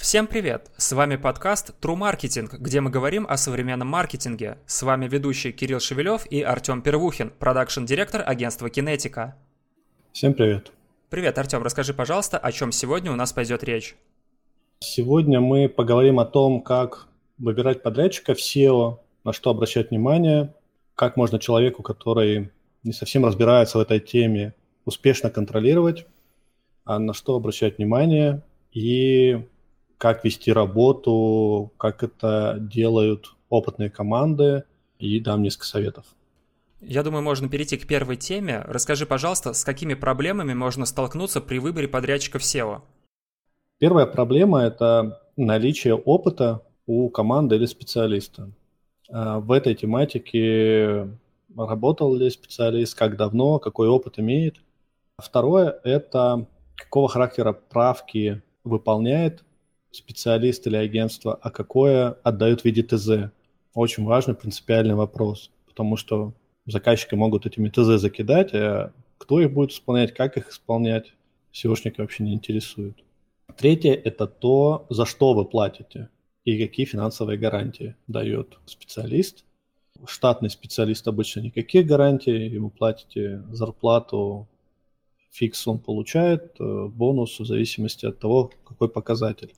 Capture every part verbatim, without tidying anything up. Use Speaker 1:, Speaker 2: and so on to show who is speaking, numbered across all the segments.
Speaker 1: Всем привет! С вами подкаст True Marketing, где мы говорим о современном маркетинге. С вами ведущий Кирилл Шевелев и Артем Первухин, продакшн-директор агентства Кинетика.
Speaker 2: Всем привет!
Speaker 1: Привет, Артем, расскажи, пожалуйста, о чем сегодня у нас пойдет речь.
Speaker 2: Сегодня мы поговорим о том, как выбирать подрядчика в сео, на что обращать внимание, как можно человеку, который не совсем разбирается в этой теме, успешно контролировать, а на что обращать внимание и как вести работу, как это делают опытные команды, и дам несколько советов.
Speaker 1: Я думаю, можно перейти к первой теме. Расскажи, пожалуйста, с какими проблемами можно столкнуться при выборе подрядчика в сео?
Speaker 2: Первая проблема – это наличие опыта у команды или специалиста. В этой тематике работал ли специалист, как давно, какой опыт имеет. Второе – это какого характера правки выполняет специалист или агентство, а какое отдают в виде ТЗ. Очень важный принципиальный вопрос, потому что заказчики могут этими ТЗ закидать, а кто их будет исполнять, как их исполнять, сеошника вообще не интересует. Третье – это то, за что вы платите и какие финансовые гарантии дает специалист. Штатный специалист обычно никаких гарантий, ему платите зарплату, фикс он получает, бонус в зависимости от того, какой показатель.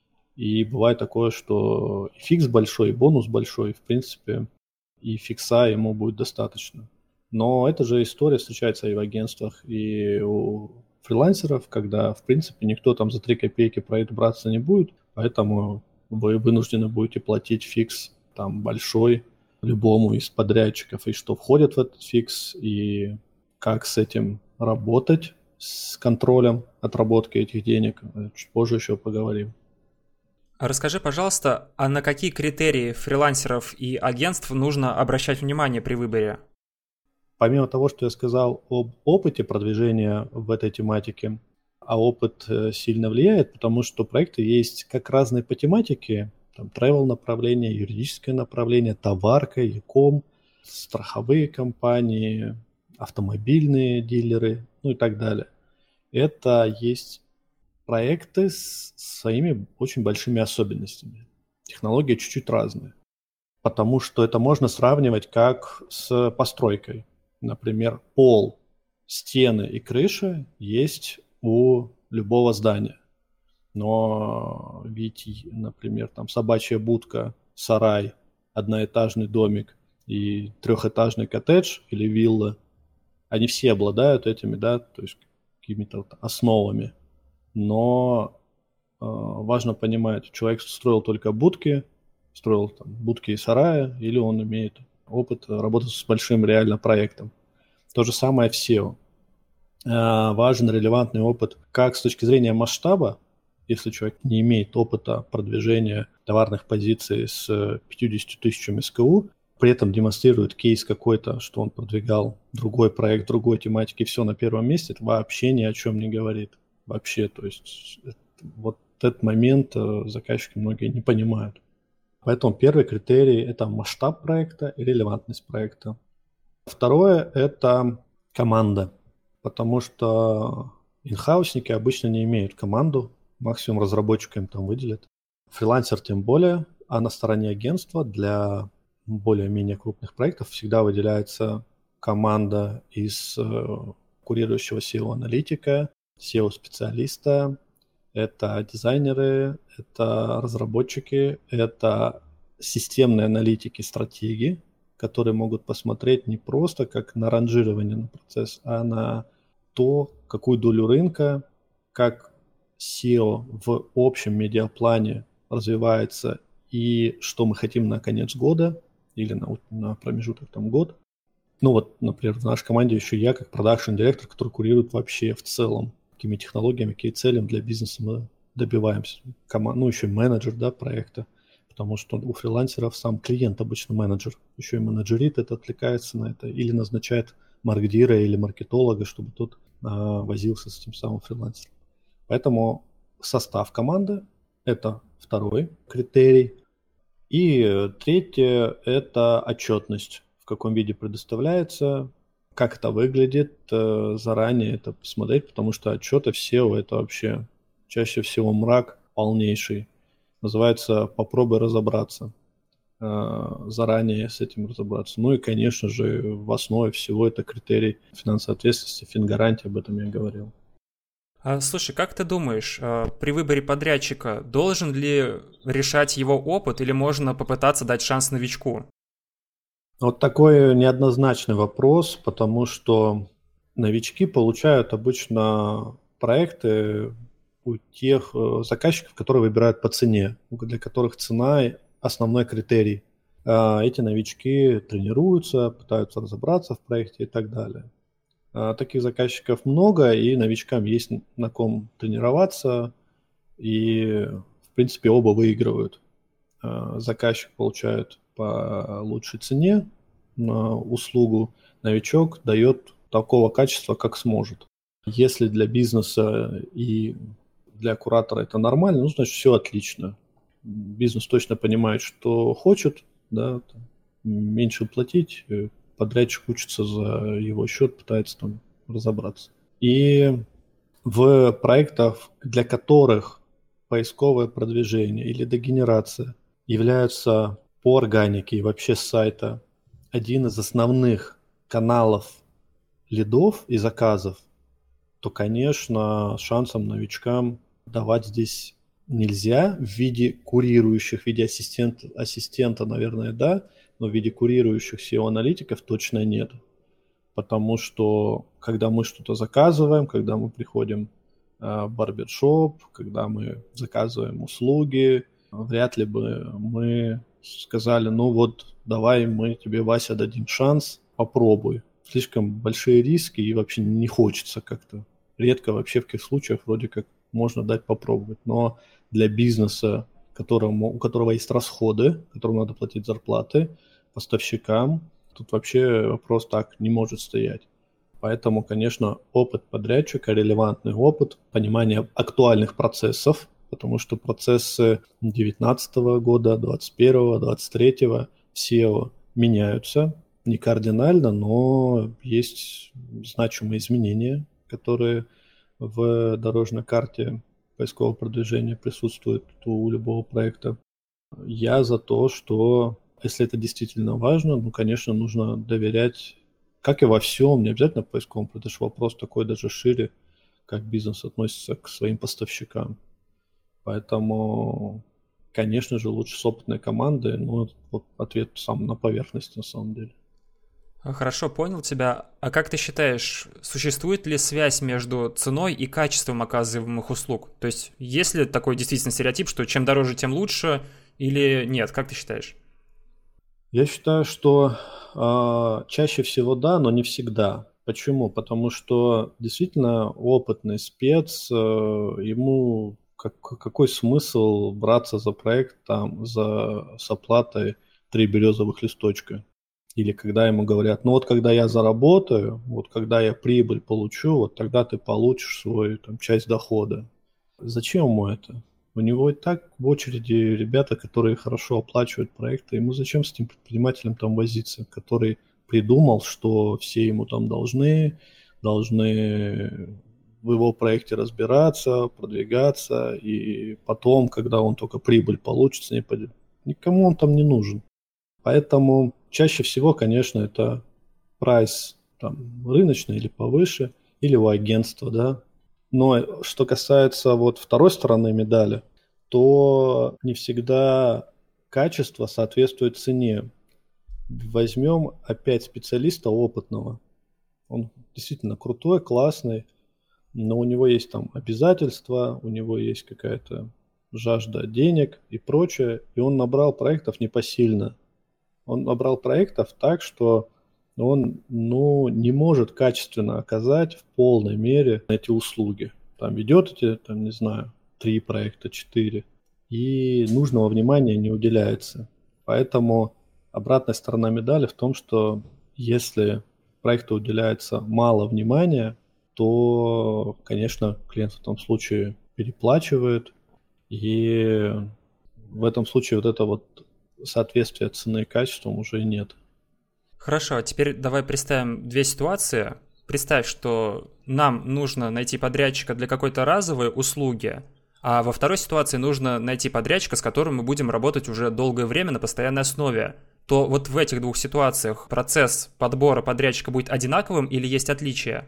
Speaker 2: И бывает такое, что и фикс большой, и бонус большой, в принципе, и фикса ему будет достаточно. Но эта же история встречается и в агентствах, и у фрилансеров, когда, в принципе, никто там за три копейки про это браться не будет, поэтому вы вынуждены будете платить фикс там большой любому из подрядчиков, и что входит в этот фикс, и как с этим работать, с контролем отработки этих денег, чуть позже еще поговорим.
Speaker 1: Расскажи, пожалуйста, а на какие критерии фрилансеров и агентств нужно обращать внимание при выборе?
Speaker 2: Помимо того, что я сказал об опыте продвижения в этой тематике, а опыт сильно влияет, потому что проекты есть как разные по тематике, там travel направление, юридическое направление, товарка, e-com, страховые компании, автомобильные дилеры, ну и так далее. Это есть проекты с своими очень большими особенностями. Технологии чуть-чуть разные, потому что это можно сравнивать как с постройкой. Например, пол, стены и крыша есть у любого здания. Но ведь, например, там собачья будка, сарай, одноэтажный домик и трехэтажный коттедж или вилла, они все обладают этими, да, то есть какими-то вот основами. Но э, важно понимать, человек строил только будки, строил там будки и сараи, или он имеет опыт работы с большим реально проектом. То же самое в сео. Э, важен релевантный опыт как с точки зрения масштаба, если человек не имеет опыта продвижения товарных позиций с пятьюдесятью тысячами СКУ, при этом демонстрирует кейс какой-то, что он продвигал другой проект, другой тематики, все на первом месте, это вообще ни о чем не говорит. Вообще, то есть вот этот момент заказчики многие не понимают. Поэтому первый критерий – это масштаб проекта и релевантность проекта. Второе – это команда, потому что инхаусники обычно не имеют команду, максимум разработчика им там выделят. Фрилансер тем более, а на стороне агентства для более-менее крупных проектов всегда выделяется команда из курирующего сео-аналитика, сео-специалиста, это дизайнеры, это разработчики, это системные аналитики, стратеги, которые могут посмотреть не просто как на ранжирование на процесс, а на то, какую долю рынка, как сео в общем медиаплане развивается и что мы хотим на конец года или на, на промежуток там год. Ну вот, например, в нашей команде еще я, как продакшн-директор, который курирует вообще в целом, какими технологиями, какие цели для бизнеса мы добиваемся. Команд, ну, еще менеджер, да, проекта, потому что у фрилансеров сам клиент обычно менеджер. Еще и менеджерит это, отвлекается на это, или назначает маркетира или маркетолога, чтобы тот а, возился с этим самым фрилансером. Поэтому состав команды – это второй критерий. И третье – это отчетность. В каком виде предоставляется, как это выглядит, заранее это посмотреть, потому что отчеты в сео – это вообще чаще всего мрак полнейший. Называется «Попробуй разобраться». Заранее с этим разобраться. Ну и, конечно же, в основе всего это критерий финансовой ответственности, фингарантии, об этом я говорил.
Speaker 1: А, слушай, как ты думаешь, при выборе подрядчика должен ли решать его опыт или можно попытаться дать шанс новичку?
Speaker 2: Вот такой неоднозначный вопрос, потому что новички получают обычно проекты у тех заказчиков, которые выбирают по цене, для которых цена основной критерий. Эти новички тренируются, пытаются разобраться в проекте и так далее. Таких заказчиков много, и новичкам есть на ком тренироваться, и, в принципе, оба выигрывают. Заказчик получает по лучшей цене на услугу, новичок дает такого качества, как сможет. Если для бизнеса и для куратора это нормально, ну, значит, все отлично. Бизнес точно понимает, что хочет, да, меньше платить, подрядчик учится за его счет, пытается там разобраться. И в проектах, для которых поисковое продвижение или дегенерация являются по органике и вообще с сайта один из основных каналов лидов и заказов, то, конечно, шансом новичкам давать здесь нельзя в виде курирующих, в виде ассистента, ассистента, наверное, да, но в виде курирующих эс и о-аналитиков точно нет. Потому что, когда мы что-то заказываем, когда мы приходим в барбершоп, когда мы заказываем услуги, вряд ли бы мы сказали, ну вот, давай мы тебе, Вася, дадим шанс, попробуй. Слишком большие риски и вообще не хочется как-то. Редко вообще в каких случаях вроде как можно дать попробовать. Но для бизнеса, которому, у которого есть расходы, которому надо платить зарплаты, поставщикам, тут вообще вопрос так не может стоять. Поэтому, конечно, опыт подрядчика, релевантный опыт, понимание актуальных процессов, потому что процессы девятнадцатого года, двадцать первого, двадцать третьего все меняются, не кардинально, но есть значимые изменения, которые в дорожной карте поискового продвижения присутствуют у любого проекта. Я за то, что если это действительно важно, ну, конечно, нужно доверять, как и во всем, не обязательно поисковому, это же вопрос такой даже шире, как бизнес относится к своим поставщикам. Поэтому, конечно же, лучше с опытной командой, но вот ответ сам на поверхности на самом деле.
Speaker 1: Хорошо, понял тебя. А как ты считаешь, существует ли связь между ценой и качеством оказываемых услуг? То есть есть ли такой действительно стереотип, что чем дороже, тем лучше, или нет? Как ты считаешь?
Speaker 2: Я считаю, что э, чаще всего да, но не всегда. Почему? Потому что действительно опытный спец, э, ему как, какой смысл браться за проект там за, с оплатой три березовых листочка? Или когда ему говорят, ну вот когда я заработаю, вот когда я прибыль получу, вот тогда ты получишь свою там, часть дохода. Зачем ему это? У него и так в очереди ребята, которые хорошо оплачивают проекты. Ему зачем с этим предпринимателем там возиться, который придумал, что все ему там должны, должны в его проекте разбираться, продвигаться, и потом, когда он только прибыль получит, с ней пойдет. Никому он там не нужен. Поэтому чаще всего, конечно, это прайс там, рыночный или повыше, или у агентства, да. Но что касается вот второй стороны медали, то не всегда качество соответствует цене. Возьмем опять специалиста опытного. Он действительно крутой, классный, но у него есть там обязательства, у него есть какая-то жажда денег и прочее, и он набрал проектов непосильно. Он набрал проектов так, что он ну, не может качественно оказать в полной мере эти услуги. Там ведет эти, там, не знаю, три проекта, четыре, и нужного внимания не уделяется. Поэтому обратная сторона медали в том, что если проекту уделяется мало внимания, то, конечно, клиент в этом случае переплачивает, и в этом случае вот это вот соответствие цены и качеству уже нет.
Speaker 1: Хорошо, а теперь давай представим две ситуации. Представь, что нам нужно найти подрядчика для какой-то разовой услуги, А во второй ситуации нужно найти подрядчика, с которым мы будем работать уже долгое время на постоянной основе. То вот в этих двух ситуациях процесс подбора подрядчика будет одинаковым или есть отличия?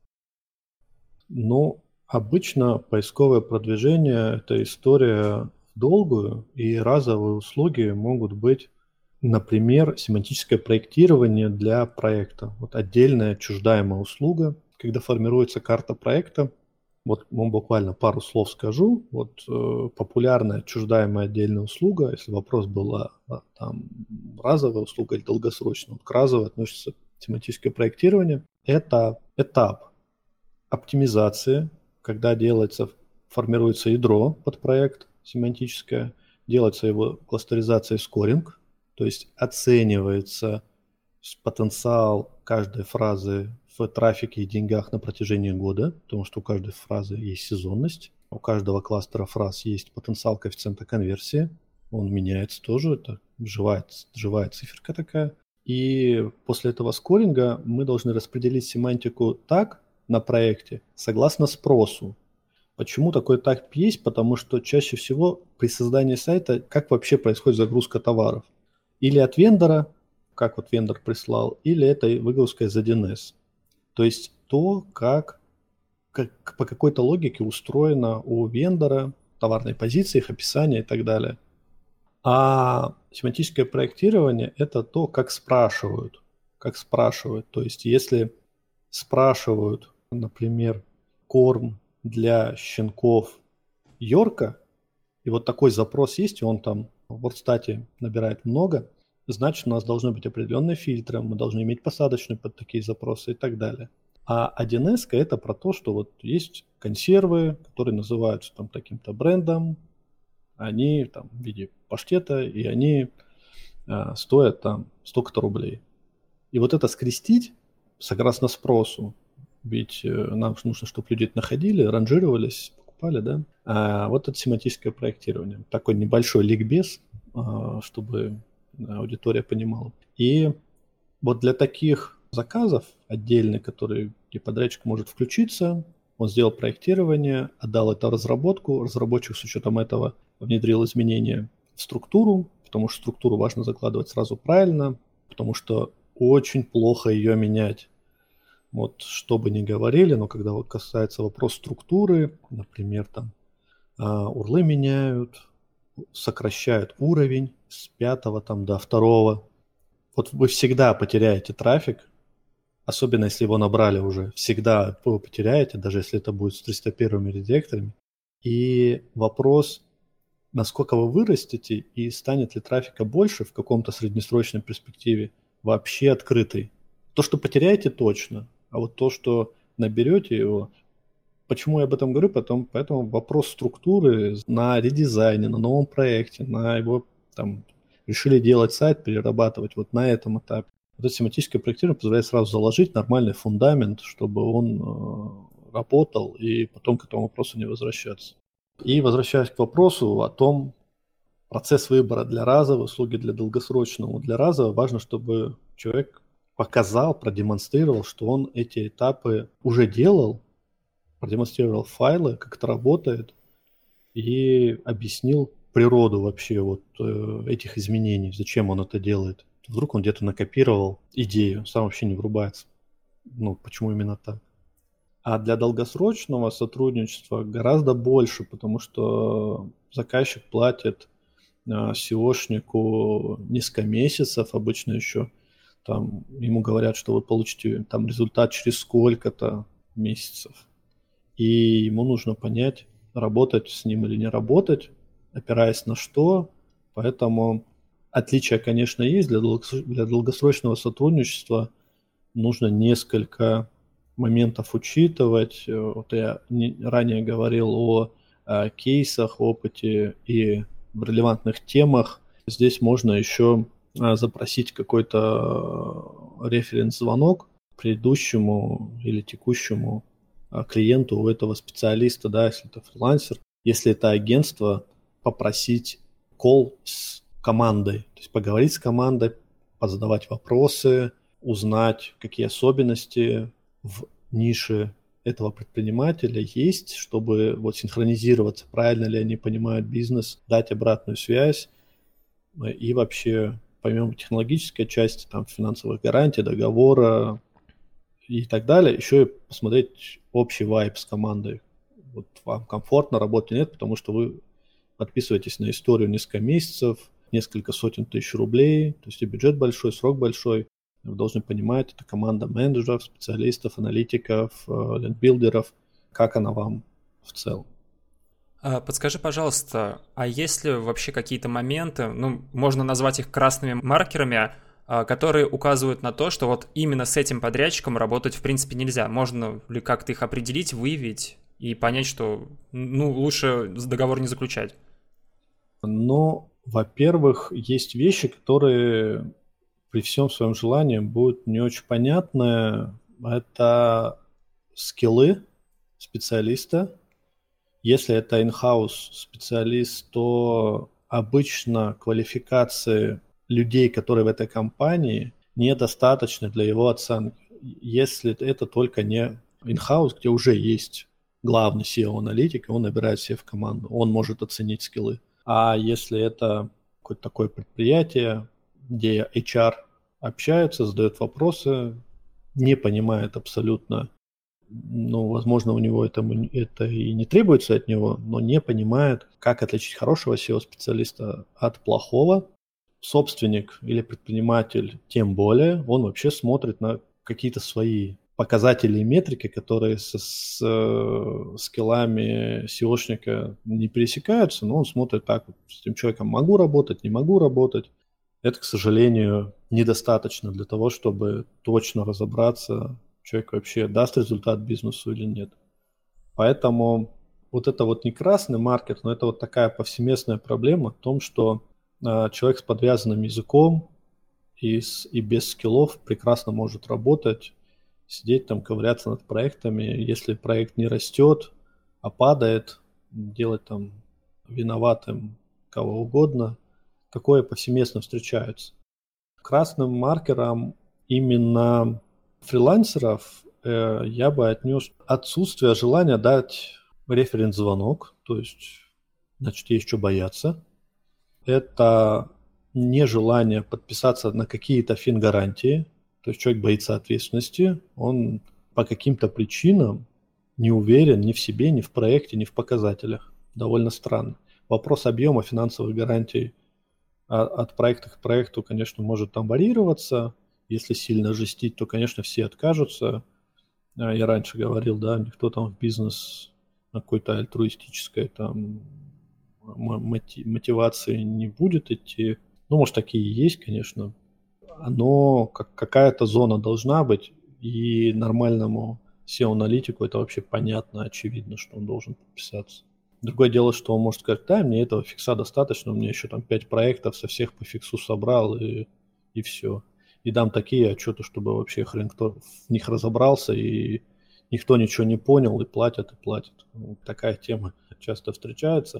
Speaker 2: Ну, обычно поисковое продвижение – это история долгую, и разовые услуги могут быть, например, семантическое проектирование для проекта. Вот отдельная отчуждаемая услуга, когда формируется карта проекта. Вот ну, буквально пару слов скажу. Вот э, популярная отчуждаемая отдельная услуга, если вопрос был о, о, там, разовая услуга или долгосрочная, вот к разовой относится семантическое проектирование, это этап оптимизации, когда делается, формируется ядро под проект семантическое, делается его кластеризация и скоринг, то есть оценивается потенциал каждой фразы в трафике и деньгах на протяжении года, потому что у каждой фразы есть сезонность, у каждого кластера фраз есть потенциал коэффициента конверсии, он меняется тоже, это живая, живая циферка такая. И после этого скоринга мы должны распределить семантику так на проекте, согласно спросу. Почему такой тайп есть? Потому что чаще всего при создании сайта, как вообще происходит загрузка товаров? Или от вендора, как вот вендор прислал, или это выгрузка из один эс. То есть то, как, как по какой-то логике устроено у вендора товарные позиции, их описание и так далее. А семантическое проектирование – это то, как спрашивают. Как спрашивают. То есть если спрашивают, например, корм для щенков Йорка, и вот такой запрос есть, и он там в WordStat набирает много, значит, у нас должны быть определенные фильтры, мы должны иметь посадочную под такие запросы и так далее. А один эс – это про то, что вот есть консервы, которые называются там таким-то брендом, они там в виде паштета, и они а, стоят там столько-то рублей. И вот это скрестить согласно спросу, ведь э, нам нужно, чтобы люди это находили, ранжировались, покупали, да? А вот это семантическое проектирование. Такой небольшой ликбез, а, чтобы аудитория понимала. И вот для таких заказов отдельных, которые где подрядчик может включиться, он сделал проектирование, отдал это в разработку, разработчик с учетом этого внедрил изменения в структуру, потому что структуру важно закладывать сразу правильно, потому что очень плохо ее менять. Вот что бы ни говорили, но когда вот касается вопроса структуры, например, там урлы меняют, сокращают уровень с пятого там до второго, вот вы всегда потеряете трафик, особенно если его набрали уже, всегда вы потеряете, даже если это будет с триста первыми редиректорами. И вопрос, насколько вы вырастете и станет ли трафика больше в каком-то среднесрочной перспективе, вообще открытый. То, что потеряете, точно, а вот то, что наберете его, почему я об этом говорю, потом, поэтому вопрос структуры на редизайне, на новом проекте, на его там решили делать сайт, перерабатывать вот на этом этапе. Вот это семантическое проектирование позволяет сразу заложить нормальный фундамент, чтобы он э, работал и потом к этому вопросу не возвращаться. И возвращаясь к вопросу о том, процесс выбора для разовой услуги, для долгосрочного. Для разового важно, чтобы человек показал, продемонстрировал, что он эти этапы уже делал, продемонстрировал файлы, как это работает, и объяснил природу вообще вот э, этих изменений, зачем он это делает. Вдруг он где-то накопировал идею, сам вообще не врубается. Ну, почему именно так? А для долгосрочного сотрудничества гораздо больше, потому что заказчик платит сеошнику несколько месяцев, обычно еще там ему говорят, что вы получите там результат через сколько-то месяцев. И ему нужно понять, работать с ним или не работать, опираясь на что. Поэтому отличия, конечно, есть. Для, долг... для долгосрочного сотрудничества нужно несколько моментов учитывать. Вот я не... ранее говорил о, о кейсах, опыте и в релевантных темах. Здесь можно еще запросить какой-то референс-звонок предыдущему или текущему клиенту у этого специалиста, да, если это фрилансер. Если это агентство, попросить колл с командой, то есть поговорить с командой, позадавать вопросы, узнать, какие особенности в нише этого предпринимателя есть, чтобы вот синхронизироваться, правильно ли они понимают бизнес, дать обратную связь и вообще, помимо технологической части, там, финансовых гарантий, договора и так далее, еще и посмотреть общий вайб с командой. Вот вам комфортно работать нет, потому что вы подписываетесь на историю несколько месяцев, несколько сотен тысяч рублей, то есть и бюджет большой, срок большой. Вы должны понимать, это команда менеджеров, специалистов, аналитиков, лендбилдеров, как она вам в целом.
Speaker 1: Подскажи, пожалуйста, а есть ли вообще какие-то моменты, ну, можно назвать их красными маркерами, которые указывают на то, что вот именно с этим подрядчиком работать в принципе нельзя? Можно ли как-то их определить, выявить и понять, что, ну, лучше договор не заключать?
Speaker 2: Ну, во-первых, есть вещи, которые при всем своем желании будут не очень понятны. Это скиллы специалиста. Если это in-house специалист, то обычно квалификации людей, которые в этой компании, недостаточно для его оценки. Если это только не in-house, где уже есть главный си и о-аналитик, он набирает все в команду, он может оценить скиллы. А если это какое-то такое предприятие, где эйч ар общается, задает вопросы, не понимает абсолютно, ну, возможно, у него это, это и не требуется от него, но не понимает, как отличить хорошего си и о-специалиста от плохого. Собственник или предприниматель, тем более, он вообще смотрит на какие-то свои показатели и метрики, которые с, с э, скиллами си и о-шника не пересекаются, но он смотрит так, вот, с этим человеком могу работать, не могу работать. Это, к сожалению, недостаточно для того, чтобы точно разобраться, человек вообще даст результат бизнесу или нет. Поэтому вот это вот не красный маркер, но это вот такая повсеместная проблема в том, что э, человек с подвязанным языком и, с, и без скиллов прекрасно может работать, сидеть там, ковыряться над проектами. Если проект не растет, а падает, делать там виноватым кого угодно, такое повсеместно встречается. Красным маркером именно фрилансеров э, я бы отнес отсутствие желания дать референс-звонок, то есть, значит, есть что бояться. Это нежелание подписаться на какие-то фингарантии, то есть человек боится ответственности, он по каким-то причинам не уверен ни в себе, ни в проекте, ни в показателях. Довольно странно. Вопрос объема финансовых гарантий от проекта к проекту, конечно, может там варьироваться. Если сильно жестить, то, конечно, все откажутся. Я раньше говорил, да, никто там в бизнес на какой-то альтруистической там мотивации не будет идти. Ну, может, такие есть, конечно. Но как, какая-то зона должна быть, и нормальному си и о-аналитику это вообще понятно, очевидно, что он должен подписаться. Другое дело, что он может сказать, да, мне этого фикса достаточно, у меня еще там пять проектов, со всех по фиксу собрал, и, и все. И дам такие отчеты, чтобы вообще хрен кто в них разобрался, и никто ничего не понял, и платят, и платят. Вот такая тема часто встречается.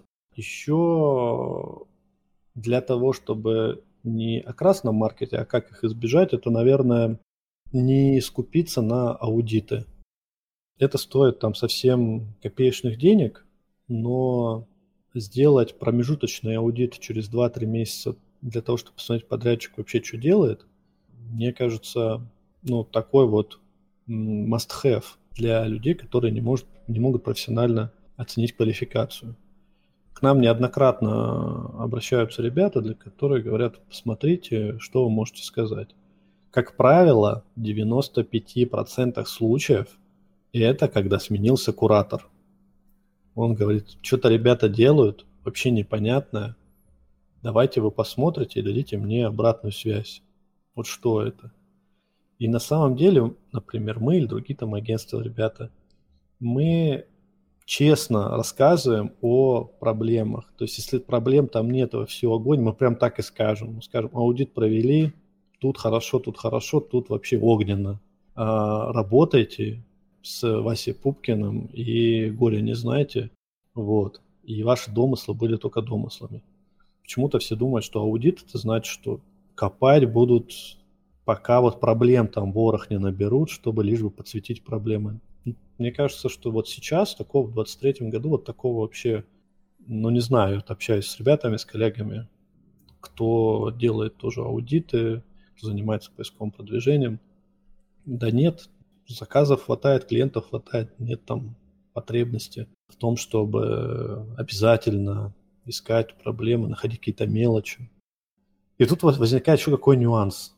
Speaker 2: Еще для того, чтобы не о красном маркете, а как их избежать, это, наверное, не скупиться на аудиты. Это стоит там совсем копеечных денег, но сделать промежуточный аудит через два-три месяца для того, чтобы посмотреть, подрядчик вообще что делает, мне кажется, ну, такой вот must-have для людей, которые не, может, не могут профессионально оценить квалификацию. К нам неоднократно обращаются ребята, для которых говорят, посмотрите, что вы можете сказать. Как правило, в девяноста пяти процентах случаев это когда сменился куратор. Он говорит, что-то ребята делают, вообще непонятное. Давайте вы посмотрите и дадите мне обратную связь. Вот что это. И на самом деле, например, мы или другие там агентства, ребята, мы честно рассказываем о проблемах. То есть, если проблем там нет, все огонь, мы прям так и скажем. Мы скажем, аудит провели, тут хорошо, тут хорошо, тут вообще огненно. А, работайте с Васей Пупкиным и горя не знаете. Вот. И ваши домыслы были только домыслами. Почему-то все думают, что аудит это значит, что копать будут, пока вот проблем там ворох не наберут, чтобы лишь бы подсветить проблемы. Мне кажется, что вот сейчас, такого в двадцать третьем году, вот такого вообще, ну не знаю, вот общаюсь с ребятами, с коллегами, кто делает тоже аудиты, кто занимается поисковым продвижением. Да нет, заказов хватает, клиентов хватает, нет там потребности в том, чтобы обязательно искать проблемы, находить какие-то мелочи. И тут возникает еще какой нюанс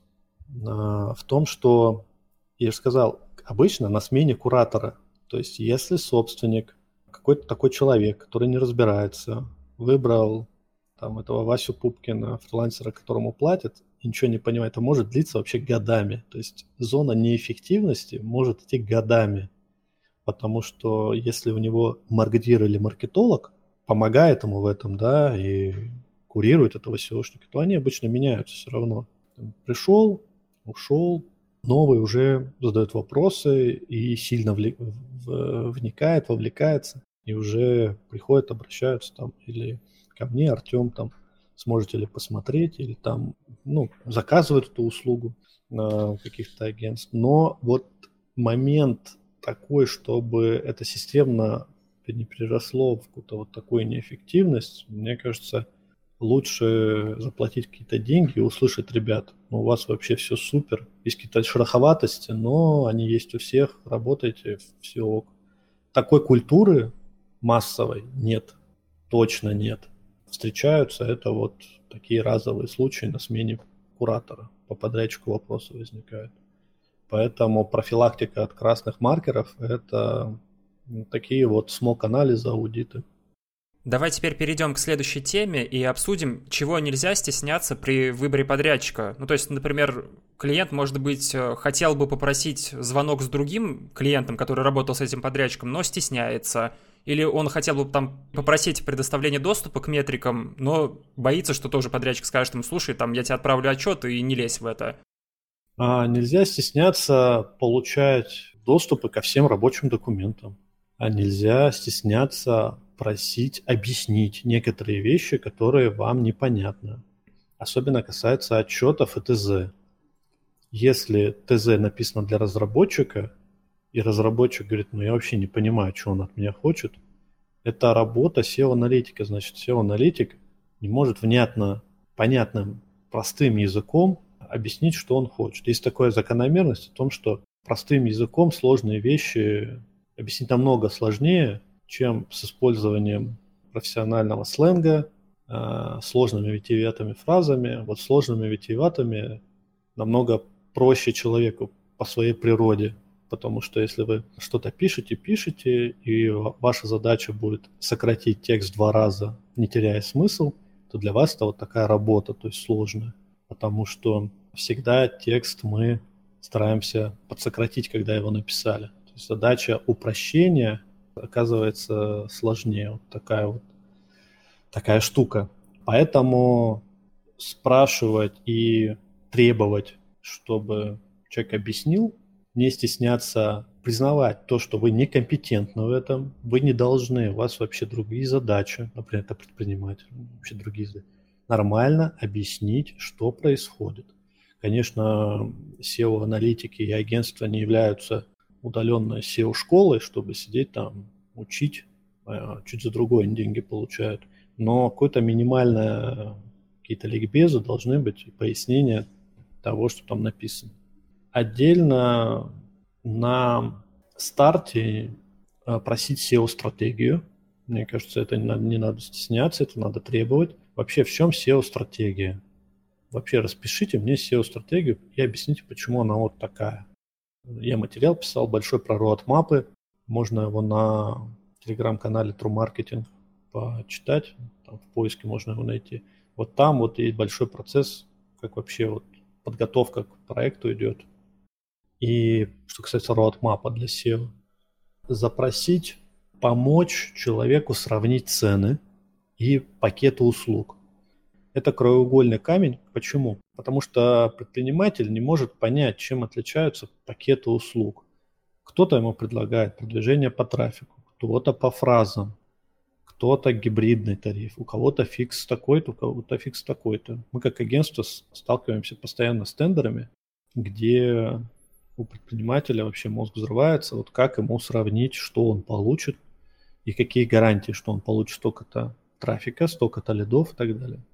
Speaker 2: в том, что, я же сказал, обычно на смене куратора. То есть если собственник, какой-то такой человек, который не разбирается, выбрал там этого Васю Пупкина, фрилансера, которому платят, и ничего не понимает, это может длиться вообще годами. То есть зона неэффективности может идти годами. Потому что если у него маркетир или маркетолог помогает ему в этом, да, и курирует этого сеошника, то они обычно меняются все равно. Пришел, ушел, новый уже задает вопросы и сильно вли- в- вникает, вовлекается, и уже приходят, обращаются там или ко мне, Артем, там, сможете ли посмотреть, или там, ну, заказывают эту услугу на каких-то агентств. Но вот момент такой, чтобы это системно не переросло в какую-то вот такую неэффективность, мне кажется, лучше заплатить какие-то деньги и услышать, ребят, ну, у вас вообще все супер, есть какие-то шероховатости, но они есть у всех, работайте, все ок. Такой культуры массовой нет, точно нет. Встречаются это вот такие разовые случаи на смене куратора. По подрядчику вопросы возникают. Поэтому профилактика от красных маркеров – это такие вот смок-анализы, аудиты.
Speaker 1: Давай теперь перейдем к следующей теме и обсудим, чего нельзя стесняться при выборе подрядчика. Ну, то есть, например, клиент, может быть, хотел бы попросить звонок с другим клиентом, который работал с этим подрядчиком, но стесняется. Или он хотел бы там попросить предоставление доступа к метрикам, но боится, что тоже подрядчик скажет ему: слушай, там я тебе отправлю отчет, и не лезь в это.
Speaker 2: А нельзя стесняться получать доступы ко всем рабочим документам. А нельзя стесняться просить объяснить некоторые вещи, которые вам непонятны. Особенно касается отчетов и ТЗ. Если ТЗ написано для разработчика, и разработчик говорит, ну я вообще не понимаю, что он от меня хочет, это работа сео-аналитика. Значит, сео-аналитик не может внятно, понятным, простым языком объяснить, что он хочет. Есть такая закономерность в том, что простым языком сложные вещи объяснить намного сложнее, чем с использованием профессионального сленга, сложными витиеватыми фразами. Вот сложными витиеватыми намного проще человеку по своей природе, потому что если вы что-то пишете, пишете, и ваша задача будет сократить текст два раза, не теряя смысл, то для вас это вот такая работа, то есть сложная, потому что всегда текст мы стараемся подсократить, когда его написали. То есть задача упрощения оказывается сложнее. Вот такая вот такая штука. Поэтому спрашивать и требовать, чтобы человек объяснил, не стесняться признавать то, что вы некомпетентны в этом, вы не должны, у вас вообще другие задачи, например, это предприниматель, вообще другие задачи. Нормально объяснить, что происходит. Конечно, сео-аналитики и агентства не являются удаленной сео-школой, чтобы сидеть там, учить, чуть за другое деньги получают. Но какое-то минимальное, какие-то ликбезы должны быть, пояснения того, что там написано. Отдельно на старте просить сео-стратегию. Мне кажется, это не надо, не надо стесняться, это надо требовать. Вообще, в чем сео-стратегия? Вообще распишите мне сео-стратегию и объясните, почему она вот такая. Я материал писал большой про роадмапы. Можно его на телеграм-канале True Marketing почитать. Там в поиске можно его найти. Вот там вот есть большой процесс, как вообще вот подготовка к проекту идет. И что касается роадмапа для сео, запросить помочь человеку сравнить цены и пакеты услуг. Это краеугольный камень. Почему? Потому что предприниматель не может понять, чем отличаются пакеты услуг. Кто-то ему предлагает продвижение по трафику, кто-то по фразам, кто-то гибридный тариф, у кого-то фикс такой-то, у кого-то фикс такой-то. Мы как агентство сталкиваемся постоянно с тендерами, где у предпринимателя вообще мозг взрывается, вот как ему сравнить, что он получит и какие гарантии, что он получит столько-то трафика, столько-то лидов и так далее.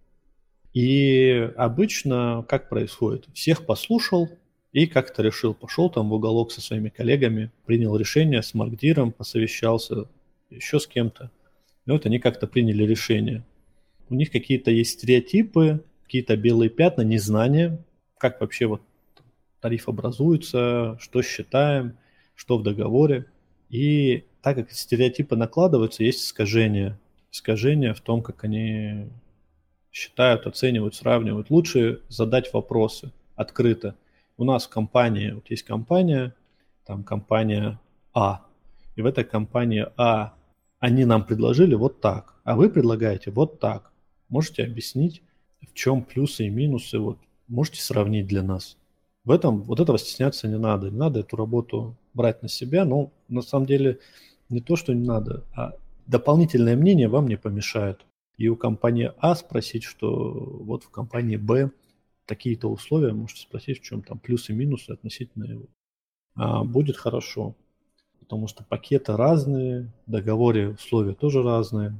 Speaker 2: И обычно как происходит? Всех послушал и как-то решил, пошел там в уголок со своими коллегами, принял решение с маркдиром, посовещался еще с кем-то. И вот они как-то приняли решение. У них какие-то есть стереотипы, какие-то белые пятна, незнание, как вообще вот тариф образуется, что считаем, что в договоре. И так как стереотипы накладываются, есть искажения. Искажения в том, как они считают, оценивают, сравнивают. Лучше задать вопросы открыто. У нас в компании, вот есть компания, там компания А, и в этой компании А они нам предложили вот так, а вы предлагаете вот так. Можете объяснить, в чем плюсы и минусы, вот можете сравнить для нас. В этом вот этого стесняться не надо. Не надо эту работу брать на себя, но на самом деле не то, что не надо, а дополнительное мнение вам не помешает. И у компании А спросить, что вот в компании Б такие-то условия, можете спросить, в чем там плюсы и минусы относительно его. А, будет хорошо, потому что пакеты разные, в договоре условия тоже разные,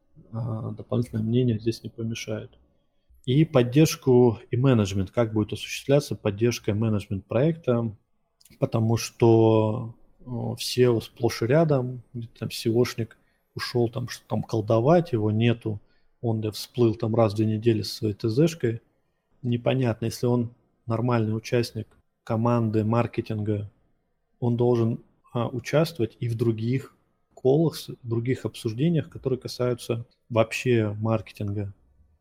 Speaker 2: а дополнительное мнение здесь не помешает. И поддержку и менеджмент, как будет осуществляться поддержка и менеджмент проекта, потому что все сплошь и рядом, где-то там сеошник ушел там что-то там колдовать, его нету, он да всплыл там раз в две недели со своей ТЗшкой. Непонятно, если он нормальный участник команды маркетинга, он должен а, участвовать и в других колах, в других обсуждениях, которые касаются вообще маркетинга.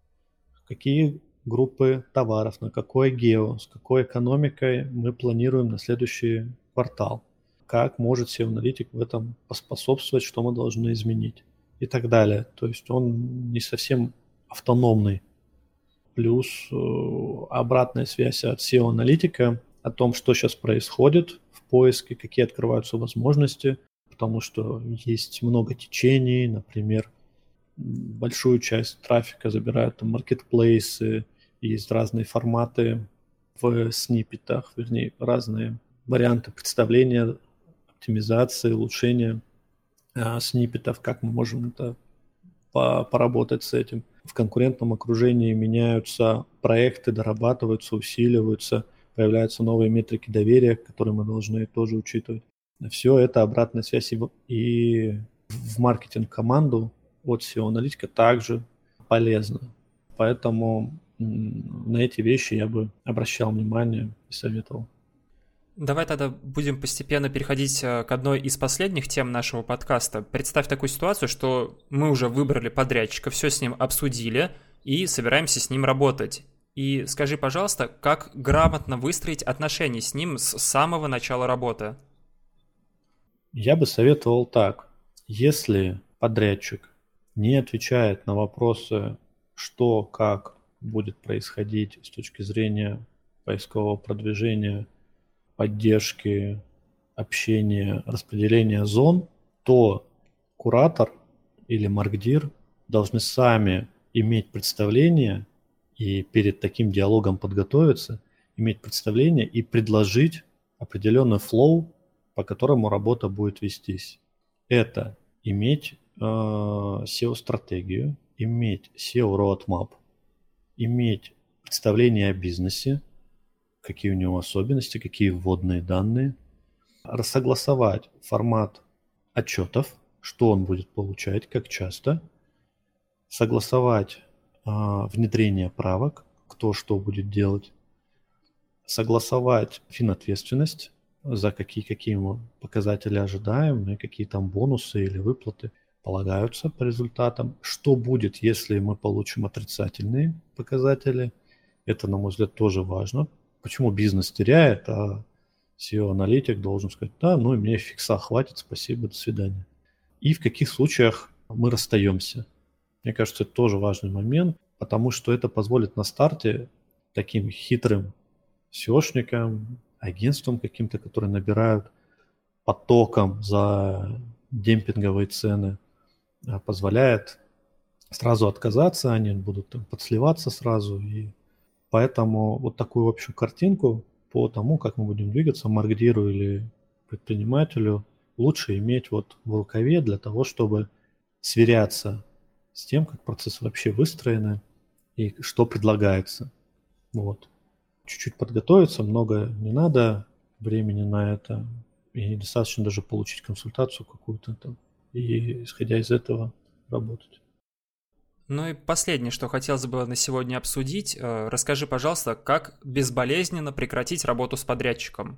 Speaker 2: Какие группы товаров, на какой гео, с какой экономикой мы планируем на следующий квартал, как может сео-аналитик в этом поспособствовать, что мы должны изменить и так далее. То есть он не совсем автономный. Плюс э, обратная связь от сео-аналитика о том, что сейчас происходит в поиске, какие открываются возможности, потому что есть много течений, например, большую часть трафика забирают там маркетплейсы, есть разные форматы в сниппетах, вернее, разные варианты представления, оптимизации, улучшения а, сниппетов, как мы можем это по- поработать с этим. В конкурентном окружении меняются проекты, дорабатываются, усиливаются, появляются новые метрики доверия, которые мы должны тоже учитывать. Все это обратная связь и в, и в маркетинг-команду от сео-аналитика также полезно. Поэтому на эти вещи я бы обращал внимание и советовал.
Speaker 1: Давай тогда будем постепенно переходить к одной из последних тем нашего подкаста. Представь такую ситуацию, что мы уже выбрали подрядчика, все с ним обсудили и собираемся с ним работать. И скажи, пожалуйста, как грамотно выстроить отношения с ним с самого начала работы?
Speaker 2: Я бы советовал так. Если подрядчик не отвечает на вопросы, что, как будет происходить с точки зрения поискового продвижения, поддержки, общения, распределения зон, то куратор или маркдир должны сами иметь представление и перед таким диалогом подготовиться, иметь представление и предложить определенный флоу, по которому работа будет вестись. Это иметь э, сео-стратегию, иметь сео-roadmap, иметь представление о бизнесе, какие у него особенности, какие вводные данные, рассогласовать формат отчетов, что он будет получать, как часто, согласовать э, внедрение правок, кто что будет делать, согласовать финответственность, за какие, какие мы показатели ожидаем, и какие там бонусы или выплаты полагаются по результатам. Что будет, если мы получим отрицательные показатели? Это, на мой взгляд, тоже важно. Почему бизнес теряет, а сео-аналитик должен сказать, да, ну, мне фикса хватит, спасибо, до свидания. И в каких случаях мы расстаемся. Мне кажется, это тоже важный момент, потому что это позволит на старте таким хитрым сеошникам, агентствам каким-то, которые набирают потоком за демпинговые цены, позволяет сразу отказаться, они будут там подсливаться сразу. И поэтому вот такую общую картинку по тому, как мы будем двигаться, маркдиру или предпринимателю, лучше иметь вот в рукаве для того, чтобы сверяться с тем, как процессы вообще выстроены и что предлагается. Вот. Чуть-чуть подготовиться, много не надо времени на это, и достаточно даже получить консультацию какую-то там, и исходя из этого работать.
Speaker 1: Ну и последнее, что хотелось бы на сегодня обсудить. Расскажи, пожалуйста, как безболезненно прекратить работу с подрядчиком?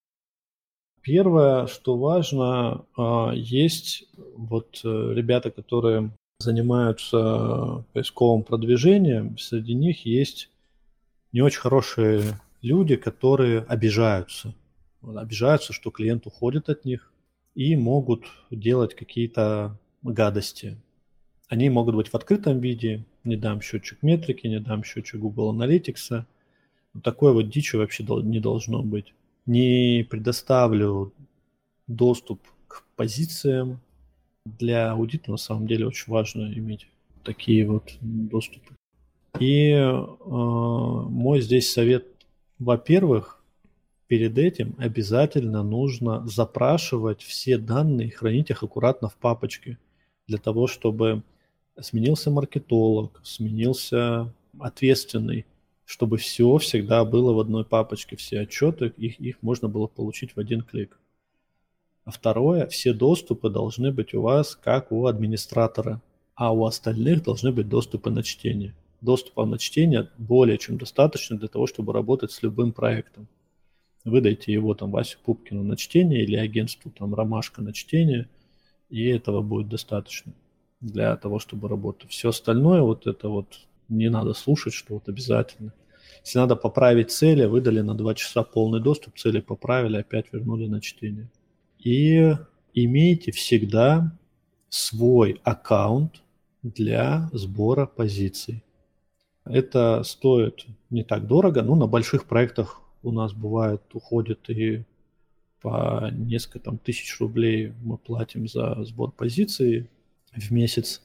Speaker 2: Первое, что важно, есть вот ребята, которые занимаются поисковым продвижением, среди них есть не очень хорошие люди, которые обижаются. Обижаются, что клиент уходит от них, и могут делать какие-то гадости. Они могут быть в открытом виде, не дам счетчик метрики, не дам счетчик Google Analytics. Такой вот дичи вообще не должно быть. Не предоставлю доступ к позициям. Для аудита на самом деле очень важно иметь такие вот доступы. И э, мой здесь совет, во-первых, перед этим обязательно нужно запрашивать все данные, хранить их аккуратно в папочке, для того, чтобы сменился маркетолог, сменился ответственный, чтобы все всегда было в одной папочке, все отчеты, их, их можно было получить в один клик. А второе, все доступы должны быть у вас как у администратора, а у остальных должны быть доступы на чтение. Доступа на чтение более чем достаточно для того, чтобы работать с любым проектом. Выдайте его там Васю Пупкину на чтение или агентству там Ромашка на чтение, и этого будет достаточно для того, чтобы работать. Все остальное вот это вот не надо слушать, что вот обязательно. Если надо поправить цели, выдали на два часа полный доступ, цели поправили, опять вернули на чтение. И имейте всегда свой аккаунт для сбора позиций. Это стоит не так дорого, но на больших проектах у нас бывает, уходит и по несколько там, тысяч рублей мы платим за сбор позиций в месяц,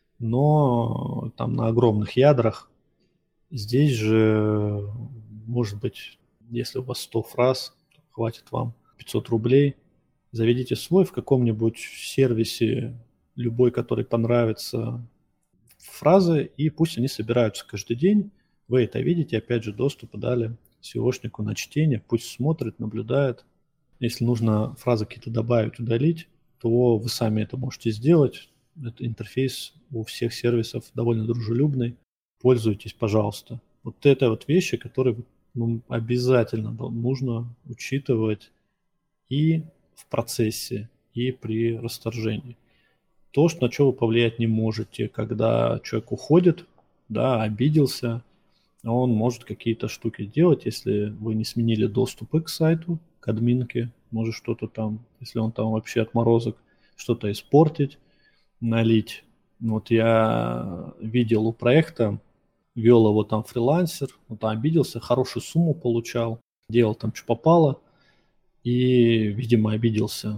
Speaker 2: но там на огромных ядрах здесь же, может быть, если у вас сто фраз, хватит вам пятьсот рублей, заведите свой в каком-нибудь сервисе, любой, который понравится, фразы, и пусть они собираются каждый день. Вы это видите, опять же, доступ дали сеошнику на чтение, пусть смотрит, наблюдает. Если нужно фразы какие-то добавить, удалить, то вы сами это можете сделать. Это интерфейс у всех сервисов довольно дружелюбный. Пользуйтесь, пожалуйста. Вот это вот вещи, которые ну, обязательно нужно учитывать и в процессе, и при расторжении. То, на что вы повлиять не можете, когда человек уходит, да, обиделся, он может какие-то штуки делать, если вы не сменили доступы к сайту, к админке, может что-то там, если он там вообще отморозок, что-то испортить, налить. Вот я видел у проекта, вел его там фрилансер, он там обиделся, хорошую сумму получал, делал там, что попало, и, видимо, обиделся,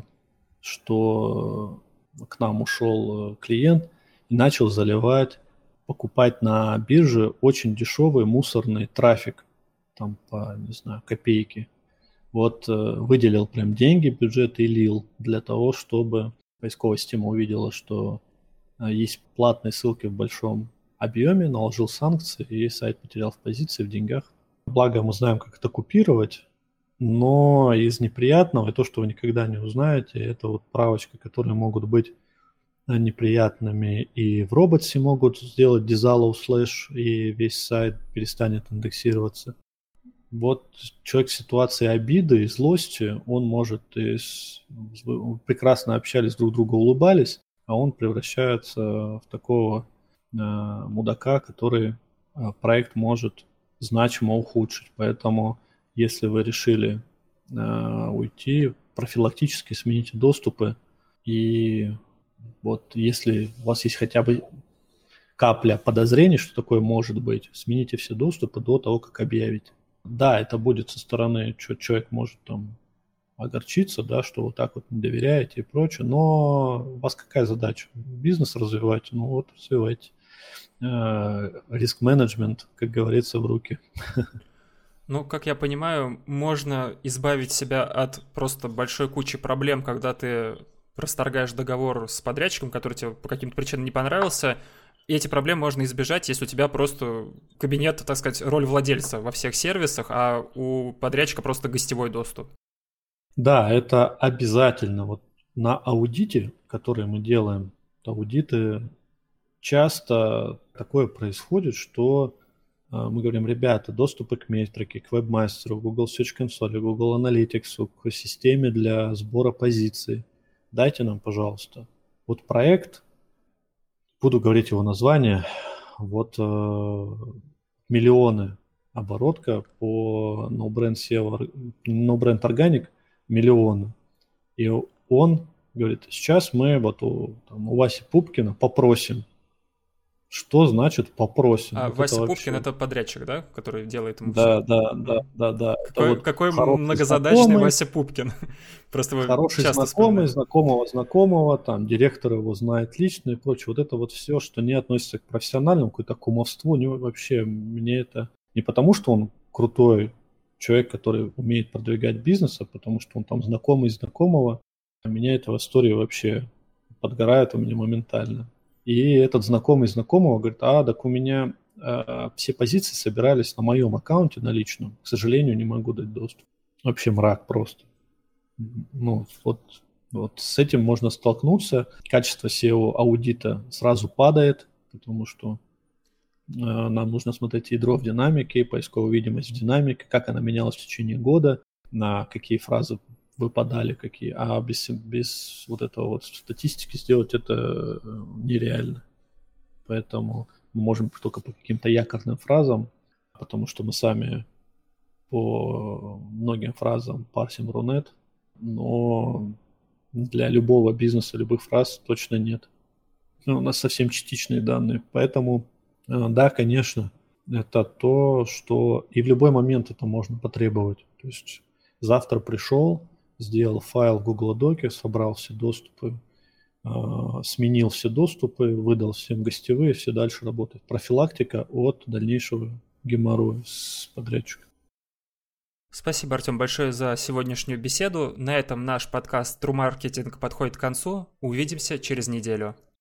Speaker 2: что к нам ушел клиент и начал заливать, покупать на бирже очень дешевый мусорный трафик, там по, не знаю, копейки. Вот выделил прям деньги, бюджет и лил для того, чтобы поисковая система увидела, что есть платные ссылки в большом объеме, наложил санкции, и сайт потерял в позиции, в деньгах. Благо мы знаем, как это купировать, но из неприятного, и то, что вы никогда не узнаете, это вот правочка, которые могут быть неприятными, и в роботе могут сделать disallow slash, и весь сайт перестанет индексироваться. Вот человек в ситуации обиды и злости, он может, из... прекрасно общались друг друга, улыбались, а он превращается в такого э, мудака, который э, проект может значимо ухудшить. Поэтому, если вы решили э, уйти, профилактически смените доступы, и вот если у вас есть хотя бы капля подозрений, что такое может быть, смените все доступы до того, как объявить. Да, это будет со стороны, что человек может там огорчиться, да, что вот так вот не доверяете и прочее, но у вас какая задача? Бизнес развивать? Ну вот, развивайте. Риск-менеджмент, как говорится, в руки.
Speaker 1: Ну, как я понимаю, можно избавить себя от просто большой кучи проблем, когда ты расторгаешь договор с подрядчиком, который тебе по каким-то причинам не понравился, и эти проблемы можно избежать, если у тебя просто кабинет, так сказать, роль владельца во всех сервисах, а у подрядчика просто гостевой доступ.
Speaker 2: Да, это обязательно. Вот на аудите, который мы делаем, аудиты, часто такое происходит, что э, мы говорим, ребята, доступы к метрике, к вебмастеру, Google Search Console, Google Analytics, к системе для сбора позиций. Дайте нам, пожалуйста. Вот проект, буду говорить его название, вот э, миллионы оборотка по NoBrand эс и о, NoBrand Organic, миллионы. И он говорит, сейчас мы вот у, там, у Васи Пупкина попросим. Что значит попросим?
Speaker 1: А
Speaker 2: Вот
Speaker 1: Вася
Speaker 2: это
Speaker 1: Пупкин —
Speaker 2: вообще...
Speaker 1: это подрядчик, да, который делает ему
Speaker 2: Да,
Speaker 1: все?
Speaker 2: да, да, да, да. Это
Speaker 1: Какой,
Speaker 2: вот
Speaker 1: какой
Speaker 2: хороший
Speaker 1: многозадачный
Speaker 2: знакомый,
Speaker 1: Вася Пупкин. Просто его
Speaker 2: хороший
Speaker 1: часто
Speaker 2: знакомый,
Speaker 1: вспоминаю.
Speaker 2: знакомого знакомого, там, директор его знает лично и прочее. Вот это вот все, что не относится к профессиональному, какое-то кумовству, не, вообще мне это не потому, что он крутой человек, который умеет продвигать бизнес, а потому что он там знакомый знакомого, а меня эта история вообще подгорает у меня моментально. И этот знакомый знакомого говорит, а, так у меня э, все позиции собирались на моем аккаунте, на личном. К сожалению, не могу дать доступ. Вообще мрак просто. Ну, вот, вот с этим можно столкнуться. Качество сео аудита сразу падает, потому что э, нам нужно смотреть ядро в динамике, поисковую видимость в динамике, как она менялась в течение года, на какие фразы выпадали какие, а без, без вот этого вот статистики сделать это нереально. Поэтому мы можем только по каким-то якорным фразам, потому что мы сами по многим фразам парсим Рунет, но для любого бизнеса, любых фраз точно нет. Ну, у нас совсем частичные данные, поэтому да, конечно, это то, что и в любой момент это можно потребовать. То есть завтра пришел, сделал файл в Google Доке, собрал все доступы, сменил все доступы, выдал всем гостевые, все дальше работает. Профилактика от дальнейшего геморроя с подрядчиком.
Speaker 1: Спасибо, Артем, большое за сегодняшнюю беседу. На этом наш подкаст True Marketing подходит к концу. Увидимся через неделю.